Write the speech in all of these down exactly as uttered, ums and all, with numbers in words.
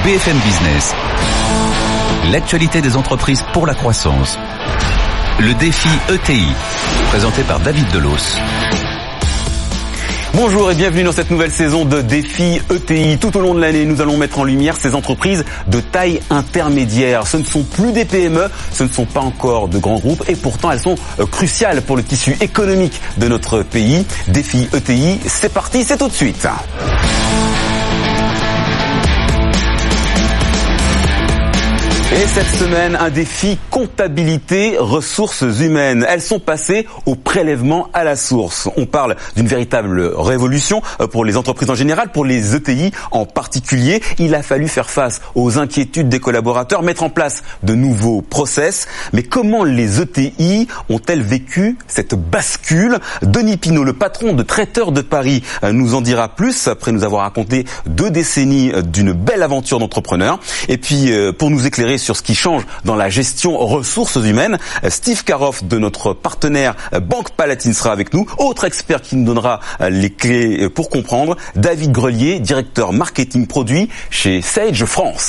B F M Business. L'actualité des entreprises pour la croissance. Le défi E T I, présenté par David Delos. Bonjour et bienvenue dans cette nouvelle saison de Défi E T I. Tout au long de l'année, nous allons mettre en lumière ces entreprises de taille intermédiaire. Ce ne sont plus des P M E, ce ne sont pas encore de grands groupes et pourtant elles sont cruciales pour le tissu économique de notre pays. Défi E T I, c'est parti, c'est tout de suite. Et cette semaine, un défi comptabilité ressources humaines. Elles sont passées au prélèvement à la source. On parle d'une véritable révolution pour les entreprises en général, pour les E T I en particulier. Il a fallu faire face aux inquiétudes des collaborateurs, mettre en place de nouveaux process. Mais comment les E T I ont-elles vécu cette bascule? Denis Pinault, le patron de Traiteurs de Paris, nous en dira plus après nous avoir raconté deux décennies d'une belle aventure d'entrepreneur. Et puis, pour nous éclairer sur ce qui change dans la gestion ressources humaines, Steve Karoff de notre partenaire Banque Palatine sera avec nous. Autre expert qui nous donnera les clés pour comprendre, David Grelier, directeur marketing produit chez Sage France.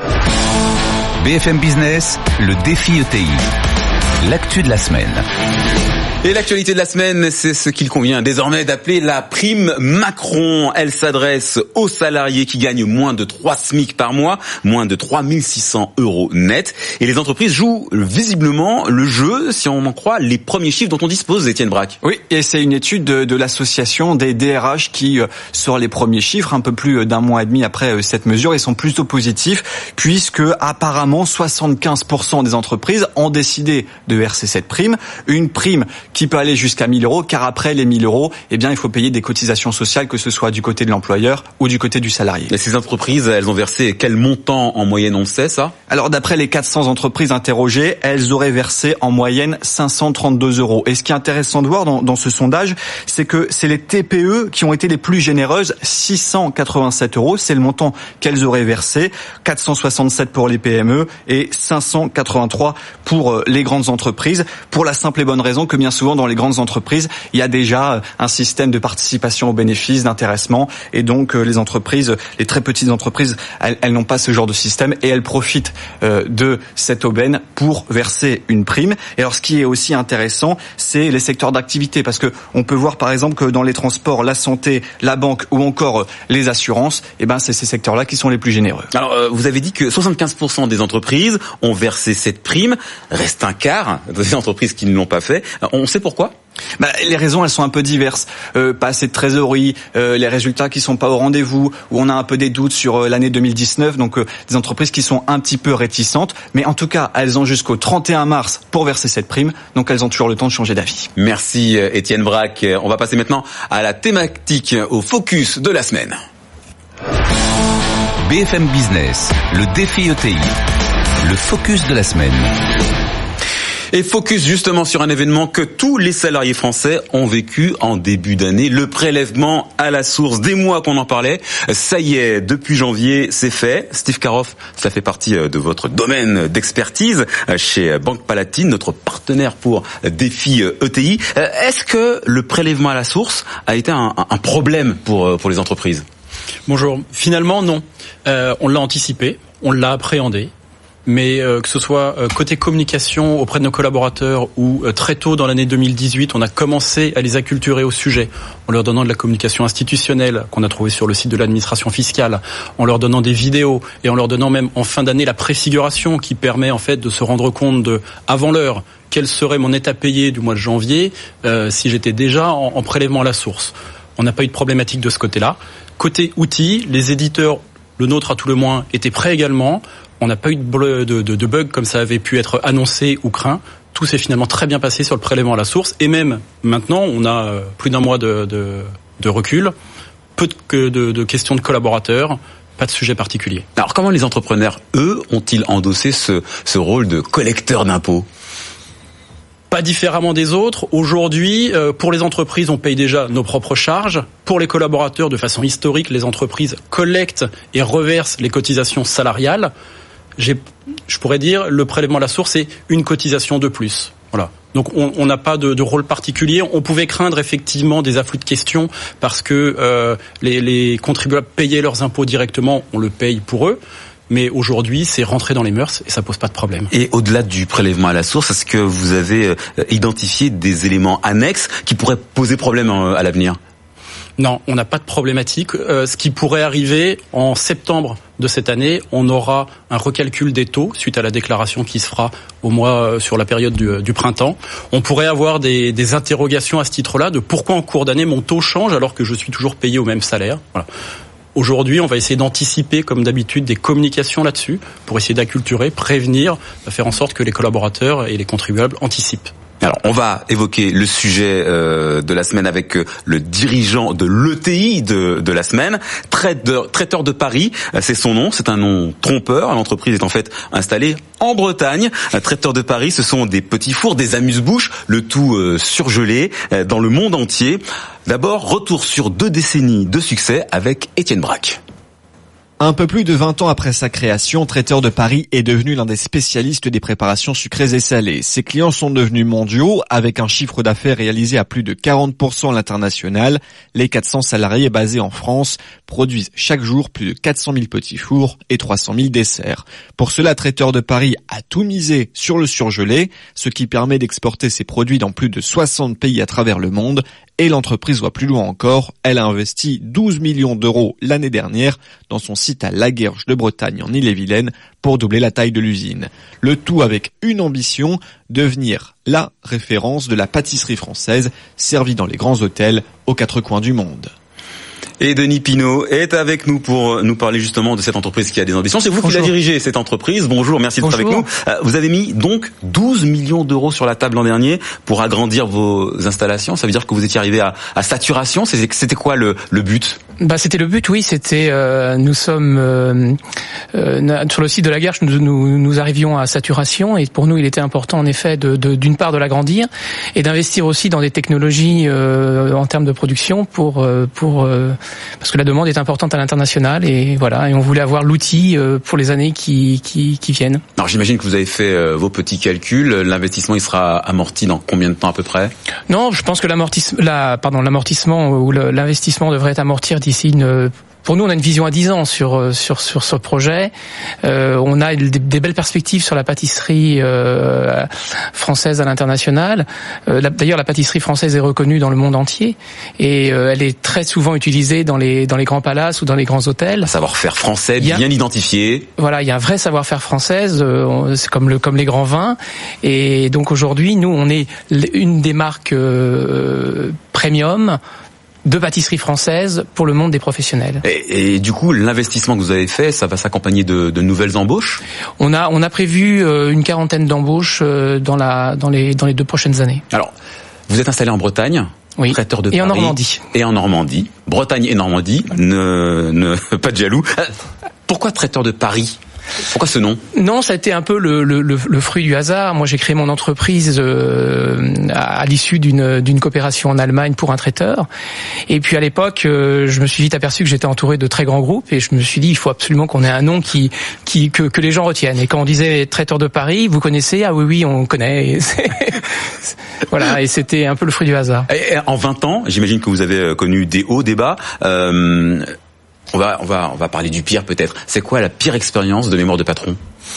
B F M Business, le défi E T I. L'actu de la semaine. Et l'actualité de la semaine, c'est ce qu'il convient désormais d'appeler la prime Macron. Elle s'adresse aux salariés qui gagnent moins de trois SMIC par mois, moins de trois mille six cents euros net. Et les entreprises jouent visiblement le jeu, si on en croit les premiers chiffres dont on dispose, Étienne Braque. Oui, et c'est une étude de, de l'association des D R H qui euh, sort les premiers chiffres, un peu plus d'un mois et demi après euh, cette mesure. Ils sont plutôt positifs, puisque apparemment soixante-quinze pour cent des entreprises ont décidé de verser cette prime. Une prime qui peut aller jusqu'à mille euros, car après les mille euros, eh bien, il faut payer des cotisations sociales, que ce soit du côté de l'employeur ou du côté du salarié. Et ces entreprises, elles ont versé quel montant en moyenne, on sait ça? Alors, d'après les quatre cents entreprises interrogées, elles auraient versé en moyenne cinq cent trente-deux euros. Et ce qui est intéressant de voir dans, dans ce sondage, c'est que c'est les T P E qui ont été les plus généreuses, six cent quatre-vingt-sept euros, c'est le montant qu'elles auraient versé, quatre cent soixante-sept pour les P M E et cinq cent quatre-vingt-trois pour les grandes entreprises, pour la simple et bonne raison que bien souvent, dans les grandes entreprises, il y a déjà un système de participation aux bénéfices, d'intéressement, et donc les entreprises, les très petites entreprises, elles, elles n'ont pas ce genre de système et elles profitent euh, de cette aubaine pour verser une prime. Et alors, ce qui est aussi intéressant, c'est les secteurs d'activité, parce que on peut voir par exemple que dans les transports, la santé, la banque ou encore les assurances, eh ben c'est ces secteurs-là qui sont les plus généreux. Alors, euh, vous avez dit que soixante-quinze pour cent des entreprises ont versé cette prime. Reste un quart des entreprises qui ne l'ont pas fait. On sait pourquoi? Bah, les raisons, elles sont un peu diverses. Euh, pas assez de trésorerie, euh, les résultats qui sont pas au rendez-vous, où on a un peu des doutes sur euh, l'année deux mille dix-neuf, donc euh, des entreprises qui sont un petit peu réticentes. Mais en tout cas, elles ont jusqu'au trente et un mars pour verser cette prime, donc elles ont toujours le temps de changer d'avis. Merci Étienne Braque. On va passer maintenant à la thématique, au focus de la semaine. B F M Business, le défi E T I. Le focus de la semaine. Et focus justement sur un événement que tous les salariés français ont vécu en début d'année, le prélèvement à la source. Des mois qu'on en parlait, ça y est, depuis janvier, c'est fait. Steve Karoff, ça fait partie de votre domaine d'expertise chez Banque Palatine, notre partenaire pour Défi E T I. Est-ce que le prélèvement à la source a été un, un problème pour, pour les entreprises? Bonjour. Finalement, non. Euh, on l'a anticipé, on l'a appréhendé. Mais euh, que ce soit euh, côté communication auprès de nos collaborateurs ou euh, très tôt dans l'année deux mille dix-huit, on a commencé à les acculturer au sujet en leur donnant de la communication institutionnelle qu'on a trouvée sur le site de l'administration fiscale, en leur donnant des vidéos et en leur donnant même en fin d'année la préfiguration qui permet en fait de se rendre compte de, avant l'heure, quelle serait mon état payé du mois de janvier euh, si j'étais déjà en, en prélèvement à la source. On n'a pas eu de problématique de ce côté-là. Côté outils, les éditeurs, le nôtre à tout le moins, étaient prêts également. On n'a pas eu de, de, de, de bug comme ça avait pu être annoncé ou craint. Tout s'est finalement très bien passé sur le prélèvement à la source. Et même maintenant, on a plus d'un mois de, de, de recul, peu de, de, de questions de collaborateurs, pas de sujet particulier. Alors comment les entrepreneurs, eux, ont-ils endossé ce, ce rôle de collecteur d'impôts ? Pas différemment des autres. Aujourd'hui, euh, pour les entreprises, on paye déjà nos propres charges. Pour les collaborateurs, de façon historique, les entreprises collectent et reversent les cotisations salariales. J'ai, je pourrais dire, le prélèvement à la source, c'est une cotisation de plus. Voilà. Donc on n'a pas de, de rôle particulier. On pouvait craindre effectivement des afflux de questions parce que euh, les, les contribuables payaient leurs impôts directement, on le paye pour eux. mais aujourd'hui, c'est rentré dans les mœurs et ça pose pas de problème. Et au-delà du prélèvement à la source, est-ce que vous avez identifié des éléments annexes qui pourraient poser problème à l'avenir ? Non, on n'a pas de problématique. Euh, ce qui pourrait arriver en septembre de cette année, on aura un recalcul des taux suite à la déclaration qui se fera au mois euh, sur la période du, du printemps. On pourrait avoir des, des interrogations à ce titre-là de pourquoi en cours d'année mon taux change alors que je suis toujours payé au même salaire. Voilà. Aujourd'hui, on va essayer d'anticiper, comme d'habitude, des communications là-dessus pour essayer d'acculturer, prévenir, faire en sorte que les collaborateurs et les contribuables anticipent. Alors, on va évoquer le sujet euh, de la semaine avec euh, le dirigeant de l'E T I de, de la semaine, Traiteur, Traiteur de Paris, euh, c'est son nom, c'est un nom trompeur. L'entreprise est en fait installée en Bretagne. Euh, Traiteur de Paris, ce sont des petits fours, des amuse-bouches, le tout euh, surgelé euh, dans le monde entier. D'abord, retour sur deux décennies de succès avec Étienne Braque. Un peu plus de vingt ans après sa création, Traiteur de Paris est devenu l'un des spécialistes des préparations sucrées et salées. Ses clients sont devenus mondiaux, avec un chiffre d'affaires réalisé à plus de quarante pour cent à l'international. Les quatre cents salariés basés en France produisent chaque jour plus de quatre cent mille petits fours et trois cent mille desserts. Pour cela, Traiteur de Paris a tout misé sur le surgelé, ce qui permet d'exporter ses produits dans plus de soixante pays à travers le monde. Et l'entreprise va plus loin encore, elle a investi douze millions d'euros l'année dernière dans son site à Laguerche de Bretagne en Ille-et-Vilaine pour doubler la taille de l'usine. Le tout avec une ambition, devenir la référence de la pâtisserie française servie dans les grands hôtels aux quatre coins du monde. Et Denis Pinault est avec nous pour nous parler justement de cette entreprise qui a des ambitions. C'est vous Bonjour. Qui la dirigez, cette entreprise. Bonjour, merci d'être avec nous. Vous avez mis donc douze millions d'euros sur la table l'an dernier pour agrandir vos installations. Ça veut dire que vous étiez arrivé à, à saturation. C'était quoi le, le but ? Bah, c'était le but, oui. C'était, euh, nous sommes euh, euh, sur le site de Laguerche, nous, nous, nous arrivions à saturation, et pour nous, il était important, en effet, de, de, d'une part de l'agrandir et d'investir aussi dans des technologies euh, en termes de production pour, pour euh, parce que la demande est importante à l'international, et voilà. Et on voulait avoir l'outil euh, pour les années qui, qui, qui viennent. Alors, j'imagine que vous avez fait euh, vos petits calculs. L'investissement, il sera amorti dans combien de temps à peu près ? Non, je pense que l'amortissement, la, pardon, l'amortissement ou le, l'investissement devrait être amorti d'ici une... Pour nous, on a une vision à dix ans sur sur sur ce projet. Euh, on a des, des belles perspectives sur la pâtisserie euh, française à l'international. Euh, la, d'ailleurs, la pâtisserie française est reconnue dans le monde entier, et euh, elle est très souvent utilisée dans les dans les grands palaces ou dans les grands hôtels. Un savoir-faire français bien a, identifié. Voilà, il y a un vrai savoir-faire français. Euh, c'est comme le comme les grands vins. Et donc aujourd'hui, nous, on est une des marques euh, premium de pâtisserie française pour le monde des professionnels. Et, et du coup, l'investissement que vous avez fait, ça va s'accompagner de, de nouvelles embauches ? On a on a prévu euh, une quarantaine d'embauches euh, dans la dans les dans les deux prochaines années. Alors, vous êtes installé en Bretagne, oui, Traiteur de et Paris, en Normandie. Et en Normandie, Bretagne et Normandie, ne ne pas de jaloux. Pourquoi Traiteur de Paris ? Pourquoi ce nom ? Non, ça a été un peu le, le, le, le fruit du hasard. Moi, j'ai créé mon entreprise euh, à, à l'issue d'une, d'une coopération en Allemagne pour un traiteur. Et puis à l'époque, euh, je me suis vite aperçu que j'étais entouré de très grands groupes, et je me suis dit, il faut absolument qu'on ait un nom qui, qui que, que les gens retiennent. Et quand on disait Traiteur de Paris, vous connaissez ? Ah oui, oui, on connaît. Et voilà, et c'était un peu le fruit du hasard. Et en vingt ans, j'imagine que vous avez connu des hauts, des bas. Euh, On va, on va, on va parler du pire peut-être. C'est quoi la pire expérience de mémoire de patron ?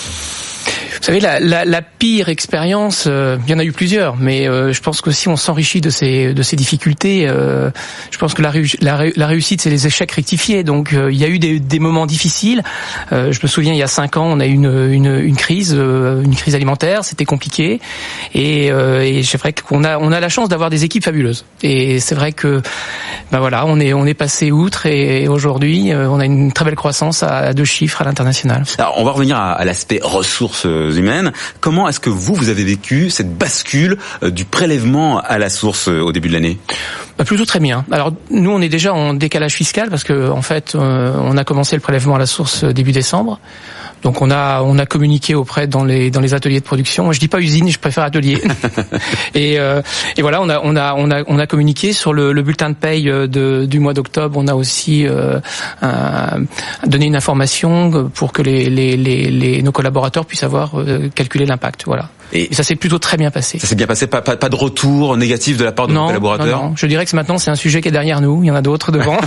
Vous savez, la, la, la pire expérience, euh, il y en a eu plusieurs, mais euh, je pense que si on s'enrichit de ces de ces difficultés, euh, je pense que la, la, la réussite, c'est les échecs rectifiés. Donc, euh, il y a eu des, des moments difficiles. Euh, je me souviens, il y a cinq ans, on a eu une une, une crise, euh, une crise alimentaire. C'était compliqué, et, euh, et c'est vrai qu'on a on a la chance d'avoir des équipes fabuleuses. Et c'est vrai que, ben voilà, on est on est passé outre, et aujourd'hui, euh, on a une très belle croissance à deux chiffres à l'international. Alors, on va revenir à, à l'aspect ressources humaines. Comment est-ce que vous, vous avez vécu cette bascule euh, du prélèvement à la source euh, au début de l'année ? Bah, plutôt très bien. Alors nous, on est déjà en décalage fiscal parce que en fait, euh, on a commencé le prélèvement à la source début décembre. Donc on a on a communiqué auprès dans les dans les ateliers de production. Moi, je dis pas usine, je préfère atelier. et euh, et voilà, on a on a on a on a communiqué sur le, le bulletin de paye de du mois d'octobre. On a aussi euh, un, donné une information pour que les les les, les nos collaborateurs puissent avoir euh, calculé l'impact. Voilà. Et, et ça s'est plutôt très bien passé. Ça s'est bien passé, pas, pas, pas de retour négatif de la part de non, vos collaborateurs? Non, non, je dirais que maintenant c'est un sujet qui est derrière nous, il y en a d'autres devant.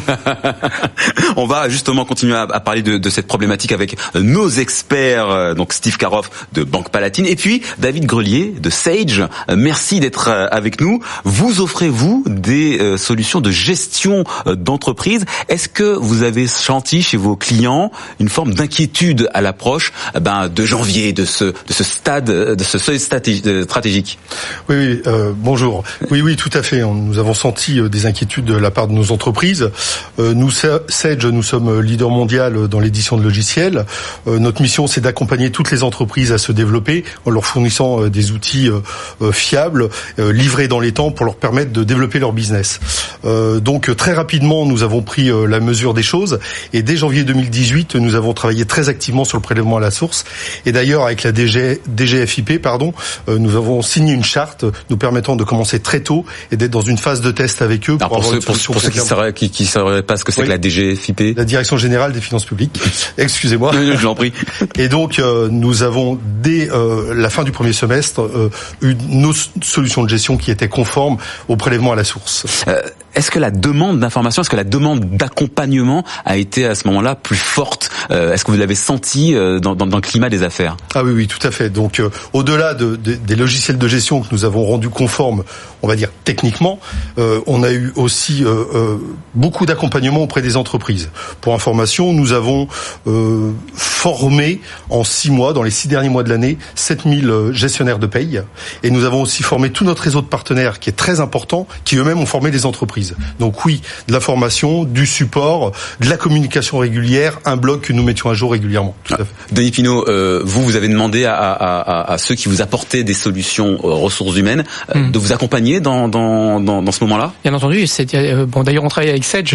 On va justement continuer à, à parler de, de cette problématique avec nos experts, donc Steve Karoff de Banque Palatine et puis David Grelier de Sage. Merci d'être avec nous. Vous offrez, vous, des euh, solutions de gestion euh, d'entreprise. Est-ce que vous avez senti chez vos clients une forme d'inquiétude à l'approche euh, ben, de janvier, de ce, de ce stade, de ce seuil stratégique? Oui, oui euh, bonjour. Oui, oui, tout à fait. Nous avons senti des inquiétudes de la part de nos entreprises. Euh, nous, Sage, nous sommes leader mondial dans l'édition de logiciels. Euh, notre mission, c'est d'accompagner toutes les entreprises à se développer en leur fournissant euh, des outils euh, fiables, euh, livrés dans les temps pour leur permettre de développer leur business. Euh, donc très rapidement, nous avons pris euh, la mesure des choses et dès janvier deux mille dix-huit, nous avons travaillé très activement sur le prélèvement à la source. Et d'ailleurs, avec la D G, D G F I P, pardon, euh, nous avons signé une charte nous permettant de commencer très tôt et d'être dans une phase de test avec eux. Pour, Alors pour, ceux, pour, pour ceux qui ne sauraient, qui, qui sauraient pas ce que c'est oui. que la D G F I P, la Direction Générale des Finances Publiques. Excusez-moi. Je l'en prie. Et donc euh, nous avons dès euh, la fin du premier semestre euh, eu nos solutions de gestion qui étaient conformes au prélèvement à la source. Euh, est-ce que la demande d'information, est-ce que la demande d'accompagnement a été à ce moment-là plus forte? euh, Est-ce que vous l'avez senti euh, dans, dans, dans le climat des affaires? Ah oui, oui, tout à fait. Donc euh, au-delà de, de, des logiciels de gestion que nous avons rendus conformes, on va dire techniquement, euh, on a eu aussi euh, euh, beaucoup d'accompagnement auprès des entreprises. Pour information, nous avons euh, formé en six mois, dans les six derniers mois de l'année, sept mille gestionnaires de paye. Et nous avons aussi formé tout notre réseau de partenaires qui est très important, qui eux-mêmes ont formé des entreprises. Donc oui, de la formation, du support, de la communication régulière, un blog que nous mettions à jour régulièrement. Tout à fait. Denis Pinault, euh, vous, vous avez demandé à, à, à, à ceux qui vous apportaient des solutions euh, ressources humaines euh, mmh. de vous accompagner dans, dans, dans, dans ce moment-là? Bien entendu. C'est, euh, bon, d'ailleurs, on travaille avec Sage.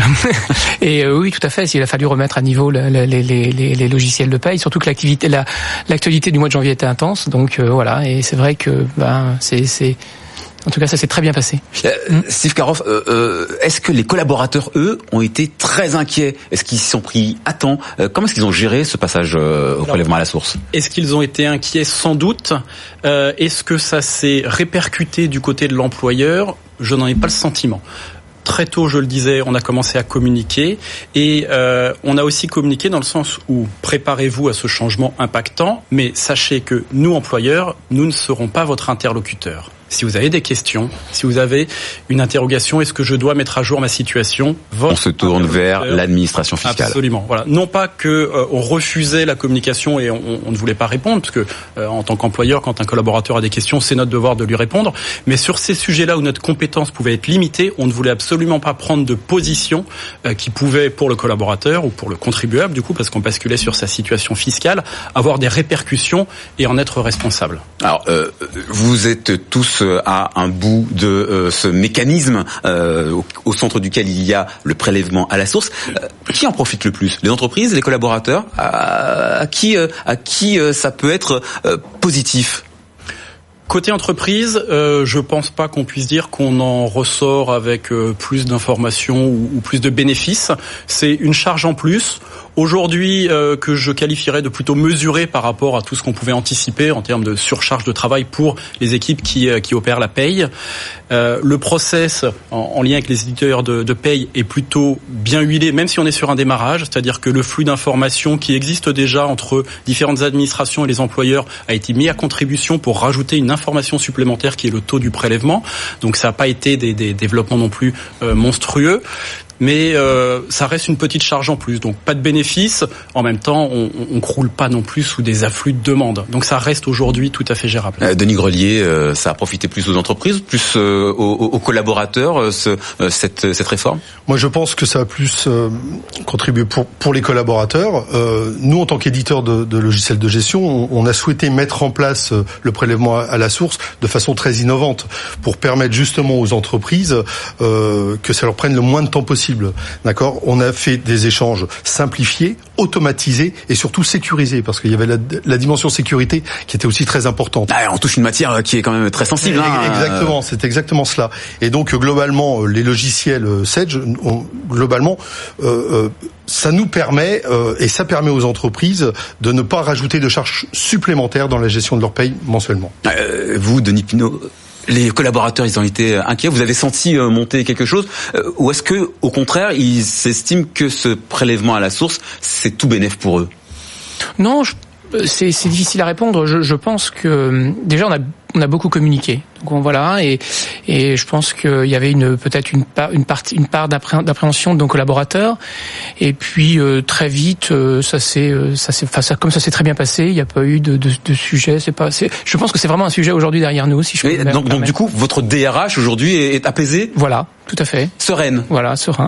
Et euh, oui, tout à fait. Il a fallu remettre à niveau le, le, les, les, les logiciels de paye, surtout que l'activité, la, l'actualité du mois de janvier était intense. Donc euh, voilà. Et c'est vrai que ben, c'est... c'est En tout cas, ça s'est très bien passé. Euh, Steve Karoff, euh, euh, est-ce que les collaborateurs, eux, ont été très inquiets? Est-ce qu'ils s'y sont pris à temps? euh, Comment est-ce qu'ils ont géré ce passage euh, au prélèvement à la source? Est-ce qu'ils ont été inquiets? Sans doute. Euh, est-ce que ça s'est répercuté du côté de l'employeur? Je n'en ai pas le sentiment. Très tôt, je le disais, on a commencé à communiquer et euh, on a aussi communiqué dans le sens où préparez-vous à ce changement impactant, mais sachez que nous, employeurs, nous ne serons pas votre interlocuteur. Si vous avez des questions, si vous avez une interrogation, est-ce que je dois mettre à jour ma situation? On se tourne vers l'administration fiscale. Absolument. Voilà. Non pas que euh, on refusait la communication et on, on ne voulait pas répondre, parce que euh, en tant qu'employeur, quand un collaborateur a des questions, c'est notre devoir de lui répondre. Mais sur ces sujets-là où notre compétence pouvait être limitée, on ne voulait absolument pas prendre de position euh, qui pouvait, pour le collaborateur ou pour le contribuable, du coup, parce qu'on basculait sur sa situation fiscale, avoir des répercussions et en être responsable. Alors, euh, vous êtes tous à un bout de euh, ce mécanisme euh, au, au centre duquel il y a le prélèvement à la source. Euh, qui en profite le plus? Les entreprises, les collaborateurs? À, à qui, euh, à qui euh, ça peut être euh, positif? Côté entreprise, euh, je pense pas qu'on puisse dire qu'on en ressort avec euh, plus d'informations ou, ou plus de bénéfices. C'est une charge en plus. Aujourd'hui, euh, que je qualifierais de plutôt mesuré par rapport à tout ce qu'on pouvait anticiper en termes de surcharge de travail pour les équipes qui, euh, qui opèrent la paye. Euh, le process en, en lien avec les éditeurs de, de paye est plutôt bien huilé, même si on est sur un démarrage, c'est-à-dire que le flux d'informations qui existe déjà entre différentes administrations et les employeurs a été mis à contribution pour rajouter une information supplémentaire qui est le taux du prélèvement. Donc ça n'a pas été des, des développements non plus euh, monstrueux. Mais euh, ça reste une petite charge en plus, donc pas de bénéfice. En même temps, on, on croule pas non plus sous des afflux de demandes. Donc ça reste aujourd'hui tout à fait gérable. Euh, Denis Grelier, euh, ça a profité plus aux entreprises, plus euh, aux, aux collaborateurs, euh, ce, euh, cette, cette réforme? Moi, je pense que ça a plus euh, contribué pour, pour les collaborateurs. Euh, nous, en tant qu'éditeurs de, de logiciels de gestion, on, on a souhaité mettre en place euh, le prélèvement à, à la source de façon très innovante pour permettre justement aux entreprises euh, que ça leur prenne le moins de temps possible possible. D'accord ? On a fait des échanges simplifiés, automatisés et surtout sécurisés, parce qu'il y avait la, la dimension sécurité qui était aussi très importante. Ah, on touche une matière qui est quand même très sensible. Hein. Exactement, c'est exactement cela. Et donc globalement, les logiciels Sedge, on, globalement, euh, euh, ça nous permet euh, et ça permet aux entreprises de ne pas rajouter de charges supplémentaires dans la gestion de leur paye mensuellement. Euh, vous, Denis Pinot, les collaborateurs, ils ont été inquiets. Vous avez senti euh, monter quelque chose, euh, ou est-ce que, au contraire, ils estiment que ce prélèvement à la source, c'est tout bénef pour eux ? Non, je, c'est, c'est difficile à répondre. Je, je pense que déjà on a on a beaucoup communiqué. Donc voilà, et et je pense qu'il y avait une peut-être une part une partie une part d'appréhension de nos collaborateurs. Et puis euh, très vite, euh, ça s'est ça s'est enfin, ça, comme ça s'est très bien passé. Il n'y a pas eu de de, de sujet. C'est pas. C'est, je pense que c'est vraiment un sujet aujourd'hui derrière nous. Si je peux. Mais, donc, donc du coup, votre D R H aujourd'hui est, est apaisé. Voilà, tout à fait. Sereine. Voilà, serein.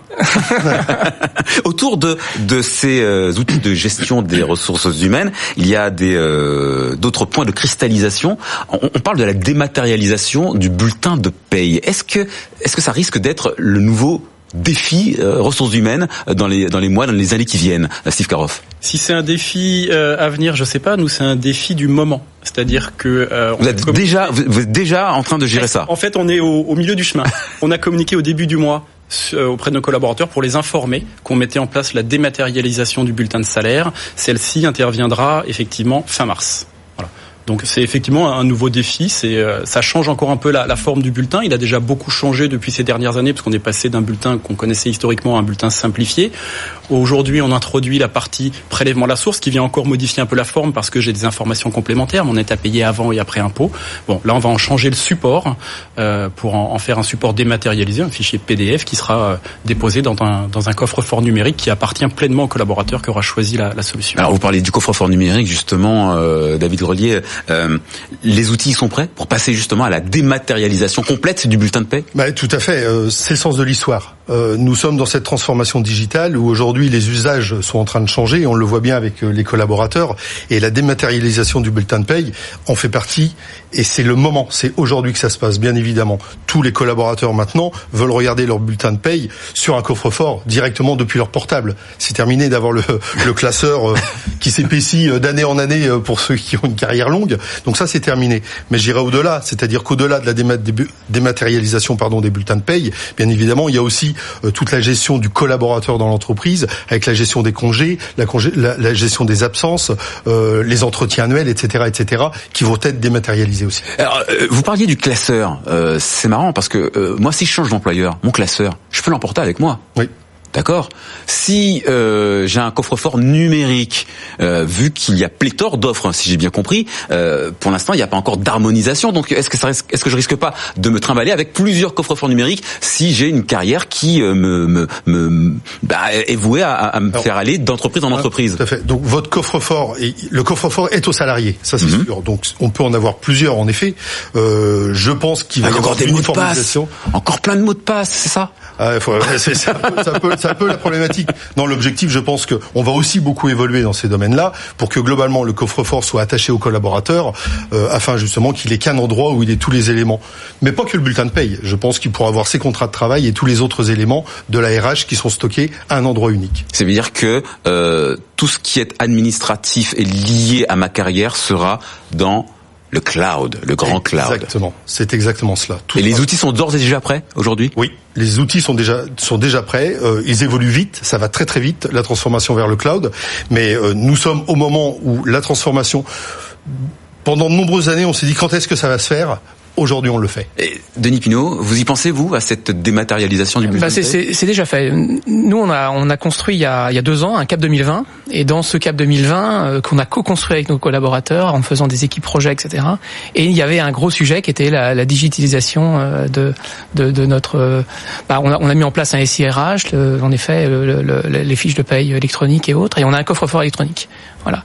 Autour de de ces euh, outils de gestion des ressources humaines, il y a des euh, d'autres points de cristallisation. On, on parle de la dématérialisation du bulletin de paye. Est-ce que est-ce que ça risque d'être le nouveau défi euh, ressources humaines dans les dans les mois, dans les années qui viennent, Steve Karoff? Si c'est un défi euh, à venir, je sais pas. Nous, c'est un défi du moment. C'est-à-dire que euh, vous êtes communiqué... déjà vous êtes déjà en train de gérer ça. En fait, on est au, au milieu du chemin. On a communiqué au début du mois auprès de nos collaborateurs pour les informer qu'on mettait en place la dématérialisation du bulletin de salaire. Celle-ci interviendra effectivement fin mars. Voilà. Donc c'est effectivement un nouveau défi. C'est euh, ça change encore un peu la, la forme du bulletin. Il a déjà beaucoup changé depuis ces dernières années parce qu'on est passé d'un bulletin qu'on connaissait historiquement à un bulletin simplifié. Aujourd'hui, on introduit la partie prélèvement à la source qui vient encore modifier un peu la forme parce que j'ai des informations complémentaires. Mais on est à payer avant et après impôt. Bon, là, on va en changer le support euh, pour en, en faire un support dématérialisé, un fichier P D F qui sera euh, déposé dans un, dans un coffre-fort numérique qui appartient pleinement au collaborateur qui aura choisi la, la solution. Alors, vous parlez du coffre-fort numérique, justement, euh, David Grelier. Euh, les outils sont prêts pour passer justement à la dématérialisation complète du bulletin de paie ? Bah, tout à fait. Euh, c'est le sens de l'histoire. Euh, nous sommes dans cette transformation digitale où aujourd'hui les usages sont en train de changer et on le voit bien avec les collaborateurs, et la dématérialisation du bulletin de paye en fait partie, et c'est le moment, c'est aujourd'hui que ça se passe, bien évidemment. Tous les collaborateurs maintenant veulent regarder leur bulletin de paye sur un coffre-fort directement depuis leur portable. C'est terminé d'avoir le, le classeur euh, qui s'épaissit d'année en année pour ceux qui ont une carrière longue, donc ça c'est terminé. Mais j'irai au-delà, c'est-à-dire qu'au-delà de la démat- dématérialisation pardon, des bulletins de paye, bien évidemment il y a aussi euh, toute la gestion du collaborateur dans l'entreprise, avec la gestion des congés, la, congé, la, la gestion des absences, euh, les entretiens annuels, et cetera, et cetera, qui vont être dématérialisés aussi. Alors, euh, vous parliez du classeur. Euh, c'est marrant parce que euh, moi, si je change d'employeur, mon classeur, je peux l'emporter avec moi. Oui. D'accord. Si euh, j'ai un coffre-fort numérique, euh, vu qu'il y a pléthore d'offres, si j'ai bien compris, euh, pour l'instant il n'y a pas encore d'harmonisation. Donc est-ce que ça risque, est-ce que je risque pas de me trimballer avec plusieurs coffres-forts numériques si j'ai une carrière qui euh, me, me, me bah, est vouée à, à me Alors, faire aller d'entreprise en entreprise? Tout à fait. Donc votre coffre-fort, le coffre-fort est aux salariés, ça c'est mm-hmm. sûr. Donc on peut en avoir plusieurs en effet. Euh, je pense qu'il va ah, y avoir des mots de passe, encore plein de mots de passe, c'est ça? Ah, faut, c'est, c'est, un peu, c'est, un peu, c'est un peu la problématique. Non, l'objectif, je pense que on va aussi beaucoup évoluer dans ces domaines-là pour que globalement le coffre-fort soit attaché au collaborateur, euh, afin justement qu'il ait qu'un endroit où il ait tous les éléments. Mais pas que le bulletin de paye. Je pense qu'il pourra avoir ses contrats de travail et tous les autres éléments de la R H qui sont stockés à un endroit unique. Ça veut dire que euh, tout ce qui est administratif et lié à ma carrière sera dans le cloud, le grand cloud. Exactement, c'est exactement cela. Tout et les outils sont d'ores et déjà prêts aujourd'hui ? Oui, les outils sont déjà sont déjà prêts. Euh, ils évoluent vite, ça va très très vite la transformation vers le cloud. Mais euh, nous sommes au moment où la transformation, pendant de nombreuses années, on s'est dit quand est-ce que ça va se faire ? Aujourd'hui, on le fait. Et Denis Pinot, vous y pensez, vous, à cette dématérialisation du bulletin bah, c'est, de paie ? c'est, c'est déjà fait. Nous, on a, on a construit il y a, il y a deux ans un cap deux mille vingt. Et dans ce cap deux mille vingt, euh, qu'on a co-construit avec nos collaborateurs en faisant des équipes projets, et cetera. Et il y avait un gros sujet qui était la, la digitalisation euh, de, de, de notre... Euh, bah, on, a, on a mis en place un S I R H, le, en effet, le, le, les fiches de paye électroniques et autres. Et on a un coffre-fort électronique. Voilà.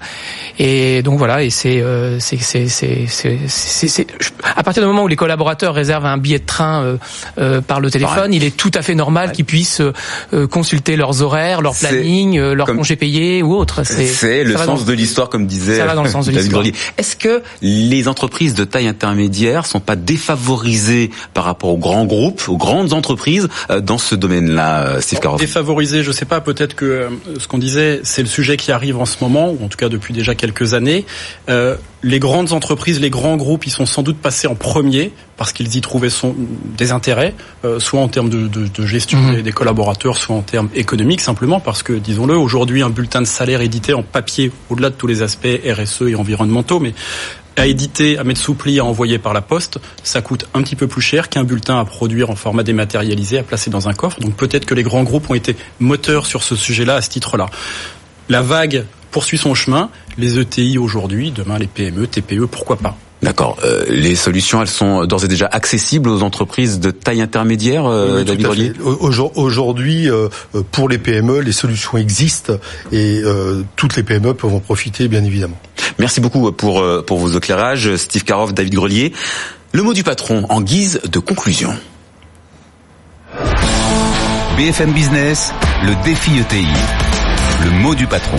Et donc voilà, et c'est, euh, c'est, c'est, c'est, c'est, c'est, c'est, à partir du moment où les collaborateurs réservent un billet de train euh, euh, par le téléphone, ouais. il est tout à fait normal ouais. qu'ils puissent euh, consulter leurs horaires, leur planning, euh, leurs congés payés ou ou autre. C'est, c'est le sens dans, de l'histoire, comme disait ça va dans le sens de David l'histoire. Grelier. Est-ce que les entreprises de taille intermédiaire sont pas défavorisées par rapport aux grands groupes, aux grandes entreprises dans ce domaine-là, Steve Caroff? Défavorisées, je sais pas. Peut-être que euh, ce qu'on disait, c'est le sujet qui arrive en ce moment, ou en tout cas depuis déjà quelques années. Euh, les grandes entreprises, les grands groupes, ils sont sans doute passés en premier parce qu'ils y trouvaient son, des intérêts, euh, soit en termes de, de, de gestion mmh. des, des collaborateurs, soit en termes économiques, simplement parce que, disons-le, aujourd'hui, un bulletin de salaire édité en papier, au-delà de tous les aspects R S E et environnementaux, mais à éditer, à mettre sous pli, à envoyer par la poste, ça coûte un petit peu plus cher qu'un bulletin à produire en format dématérialisé, à placer dans un coffre. Donc peut-être que les grands groupes ont été moteurs sur ce sujet-là, à ce titre-là. La vague poursuit son chemin. Les E T I aujourd'hui, demain les P M E, T P E, pourquoi pas? D'accord. Euh, les solutions, elles sont d'ores et déjà accessibles aux entreprises de taille intermédiaire, euh, oui, David Grelier? Aujourd'hui, euh, pour les P M E, les solutions existent et euh, toutes les P M E peuvent en profiter, bien évidemment. Merci beaucoup pour pour vos éclairages, Steve Caroff, David Grelier. Le mot du patron en guise de conclusion. B F M Business, le défi E T I. Le mot du patron.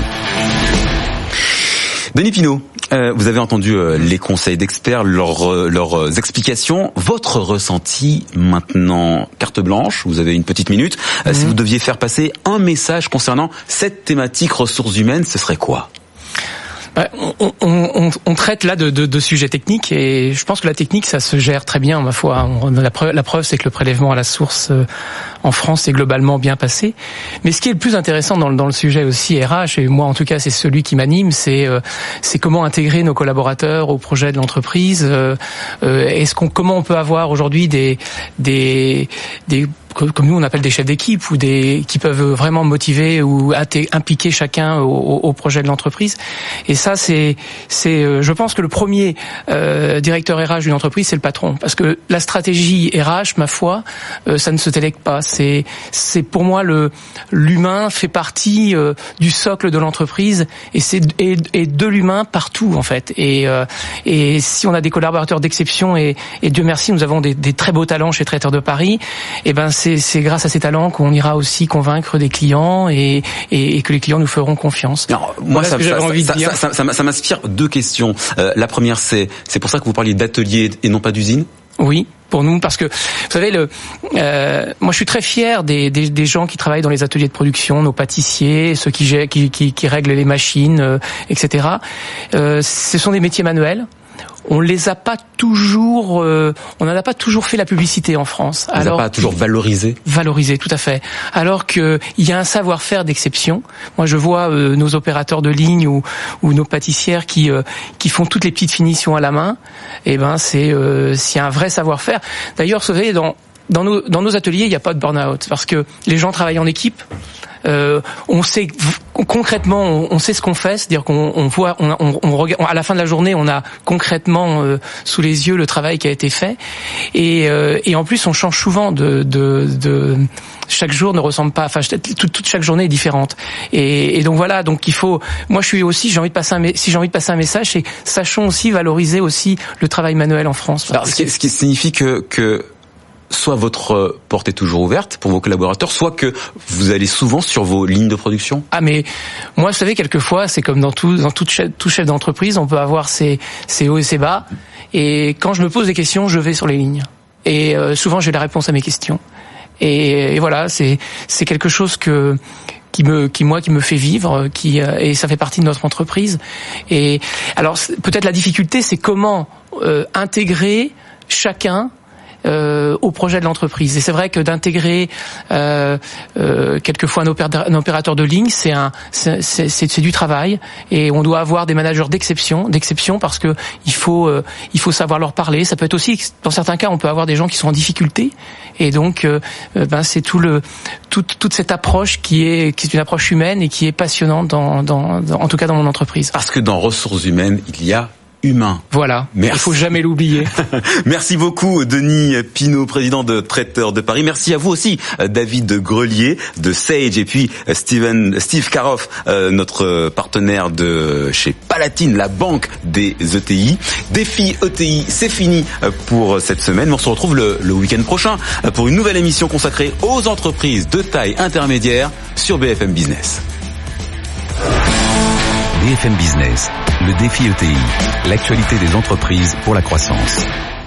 Denis Pinot, euh, vous avez entendu euh, les conseils d'experts, leurs, euh, leurs explications. Votre ressenti maintenant, carte blanche, vous avez une petite minute. Euh, mmh. Si vous deviez faire passer un message concernant cette thématique ressources humaines, ce serait quoi ? On, on, on traite là de, de, de sujets techniques et je pense que la technique ça se gère très bien, ma foi. On, la preuve, la preuve c'est que le prélèvement à la source euh, en France est globalement bien passé. Mais ce qui est le plus intéressant dans, dans le sujet aussi R H, et moi en tout cas c'est celui qui m'anime, c'est euh, c'est comment intégrer nos collaborateurs au projet de l'entreprise. Euh, euh, est-ce qu'on comment on peut avoir aujourd'hui des des des comme nous on appelle des chefs d'équipe ou des qui peuvent vraiment motiver ou impliquer chacun au, au projet de l'entreprise. Et ça c'est c'est je pense que le premier euh, directeur R H d'une entreprise c'est le patron, parce que la stratégie R H, ma foi, euh, ça ne se délègue pas. C'est c'est pour moi le l'humain fait partie euh, du socle de l'entreprise et c'est et, et de l'humain partout en fait. Et euh, et si on a des collaborateurs d'exception et, et Dieu merci nous avons des, des très beaux talents chez Traiteurs de Paris, et ben c'est, c'est grâce à ces talents qu'on ira aussi convaincre des clients et, et, et que les clients nous feront confiance. Alors, moi, ça, ça, ça, ça, ça, ça, ça m'inspire deux questions. Euh, la première, c'est, c'est pour ça que vous parliez d'atelier et non pas d'usine ? Oui, pour nous, parce que vous savez, le, euh, moi je suis très fier des, des, des gens qui travaillent dans les ateliers de production, nos pâtissiers, ceux qui, qui, qui, qui règlent les machines, euh, et cetera. Euh, ce sont des métiers manuels. On les a pas toujours, euh, on n'en a pas toujours fait la publicité en France. On les a pas toujours valorisé. Valorisé, tout à fait. Alors que il y a un savoir-faire d'exception. Moi, je vois euh, nos opérateurs de ligne ou, ou nos pâtissières qui euh, qui font toutes les petites finitions à la main. Et ben, c'est euh, c'est un vrai savoir-faire. D'ailleurs, vous savez, dans dans nos dans nos ateliers, il n'y a pas de burn-out parce que les gens travaillent en équipe. Euh, on sait concrètement, on, on sait ce qu'on fait, c'est-à-dire qu'on on voit, on, on, on regarde, à la fin de la journée, on a concrètement euh, sous les yeux le travail qui a été fait, et, euh, et en plus, on change souvent de, de, de chaque jour ne ressemble pas, enfin, toute, toute chaque journée est différente, et, et donc voilà, donc il faut, moi je suis aussi, j'ai envie de passer un, si j'ai envie de passer un message, c'est sachons aussi valoriser aussi le travail manuel en France. Alors, ce qui, ce qui signifie que que soit votre porte est toujours ouverte pour vos collaborateurs, soit que vous allez souvent sur vos lignes de production. Ah mais moi, vous savez, quelquefois, c'est comme dans tout, dans tout chef, tout chef d'entreprise, on peut avoir ses, ses hauts et ses bas. Et quand je me pose des questions, je vais sur les lignes. Et euh, souvent, j'ai la réponse à mes questions. Et, et voilà, c'est, c'est quelque chose que qui me, qui moi, qui me fait vivre, qui et ça fait partie de notre entreprise. Et alors, peut-être la difficulté, c'est comment euh, intégrer chacun. Euh, au projet de l'entreprise. Et c'est vrai que d'intégrer euh, euh, quelquefois un, opéra- un opérateur de ligne, c'est un, c'est, c'est, c'est, c'est du travail. Et on doit avoir des managers d'exception, d'exception parce que il faut, euh, il faut savoir leur parler. Ça peut être aussi, dans certains cas, on peut avoir des gens qui sont en difficulté. Et donc, euh, ben c'est tout le, toute, toute cette approche qui est, qui est une approche humaine et qui est passionnante dans, dans, dans, en tout cas dans mon entreprise. Parce que dans ressources humaines, il y a humain. Voilà. Merci. Il faut jamais l'oublier. Merci beaucoup, Denis Pinot, président de Traiteurs de Paris. Merci à vous aussi, David Grelier de Sage, et puis Steven, Steve Caroff, euh, notre partenaire de chez Palatine, la banque des E T I. Défi E T I, c'est fini pour cette semaine. On se retrouve le, le week-end prochain pour une nouvelle émission consacrée aux entreprises de taille intermédiaire sur B F M Business. B F M Business, le défi E T I, l'actualité des entreprises pour la croissance.